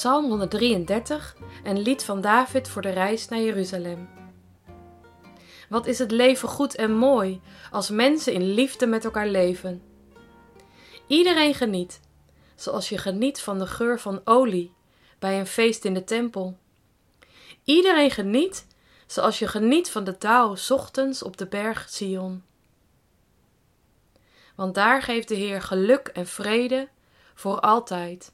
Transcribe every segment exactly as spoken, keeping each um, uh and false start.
Psalm honderddrieëndertig, een lied van David voor de reis naar Jeruzalem. Wat is het leven goed en mooi als mensen in liefde met elkaar leven. Iedereen geniet, zoals je geniet van de geur van olie bij een feest in de tempel. Iedereen geniet, zoals je geniet van de dauw 's ochtends op de berg Sion. Want daar geeft de Heer geluk en vrede voor altijd.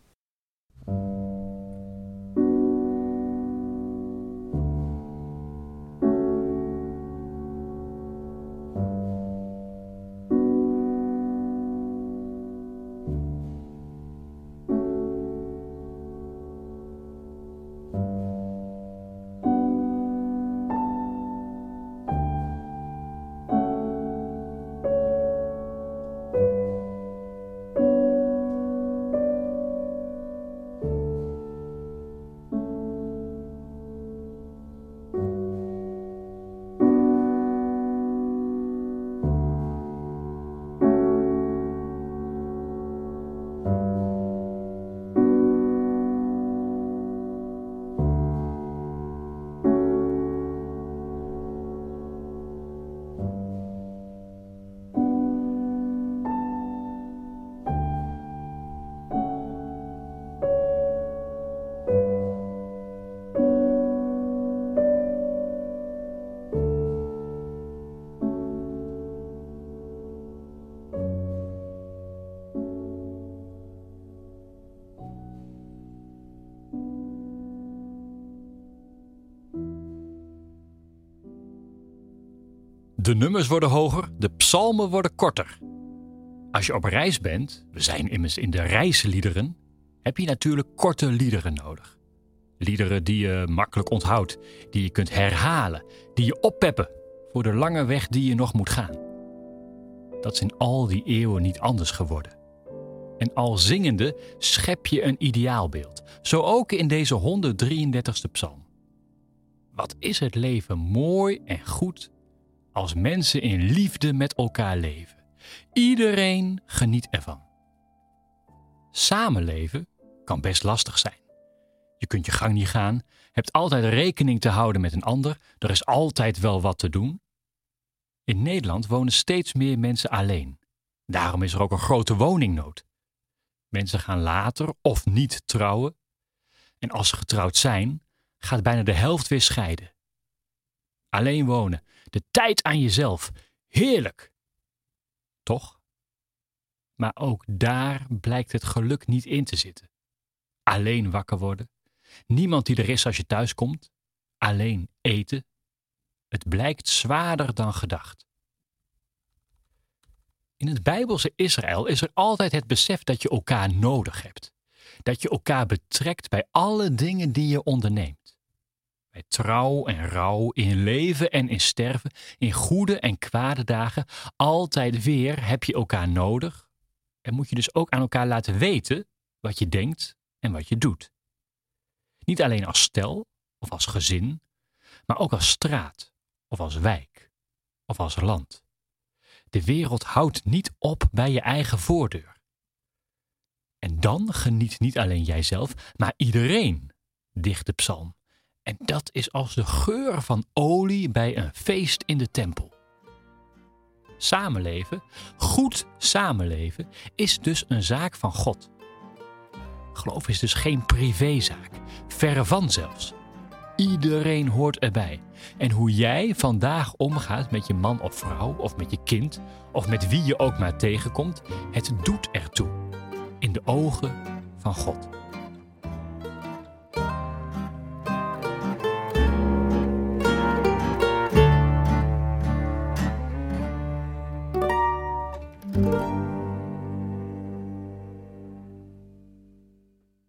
De nummers worden hoger, de psalmen worden korter. Als je op reis bent, we zijn immers in de reisliederen, heb je natuurlijk korte liederen nodig. Liederen die je makkelijk onthoudt, die je kunt herhalen, die je oppeppen voor de lange weg die je nog moet gaan. Dat is in al die eeuwen niet anders geworden. En al zingende schep je een ideaalbeeld. Zo ook in deze honderddrieëndertigste psalm. Wat is het leven mooi en goed als mensen in liefde met elkaar leven. Iedereen geniet ervan. Samenleven kan best lastig zijn. Je kunt je gang niet gaan, hebt altijd rekening te houden met een ander, er is altijd wel wat te doen. In Nederland wonen steeds meer mensen alleen. Daarom is er ook een grote woningnood. Mensen gaan later of niet trouwen. En als ze getrouwd zijn, gaat bijna de helft weer scheiden. Alleen wonen, de tijd aan jezelf, heerlijk. Toch? Maar ook daar blijkt het geluk niet in te zitten. Alleen wakker worden, niemand die er is als je thuis komt, alleen eten. Het blijkt zwaarder dan gedacht. In het Bijbelse Israël is er altijd het besef dat je elkaar nodig hebt. Dat je elkaar betrekt bij alle dingen die je onderneemt. Bij trouw en rouw, in leven en in sterven, in goede en kwade dagen, altijd weer heb je elkaar nodig. En moet je dus ook aan elkaar laten weten wat je denkt en wat je doet. Niet alleen als stel of als gezin, maar ook als straat of als wijk of als land. De wereld houdt niet op bij je eigen voordeur. En dan geniet niet alleen jijzelf, maar iedereen, dicht de psalm. En dat is als de geur van olie bij een feest in de tempel. Samenleven, goed samenleven, is dus een zaak van God. Geloof is dus geen privézaak, verre van zelfs. Iedereen hoort erbij. En hoe jij vandaag omgaat met je man of vrouw, of met je kind, of met wie je ook maar tegenkomt, het doet ertoe. In de ogen van God.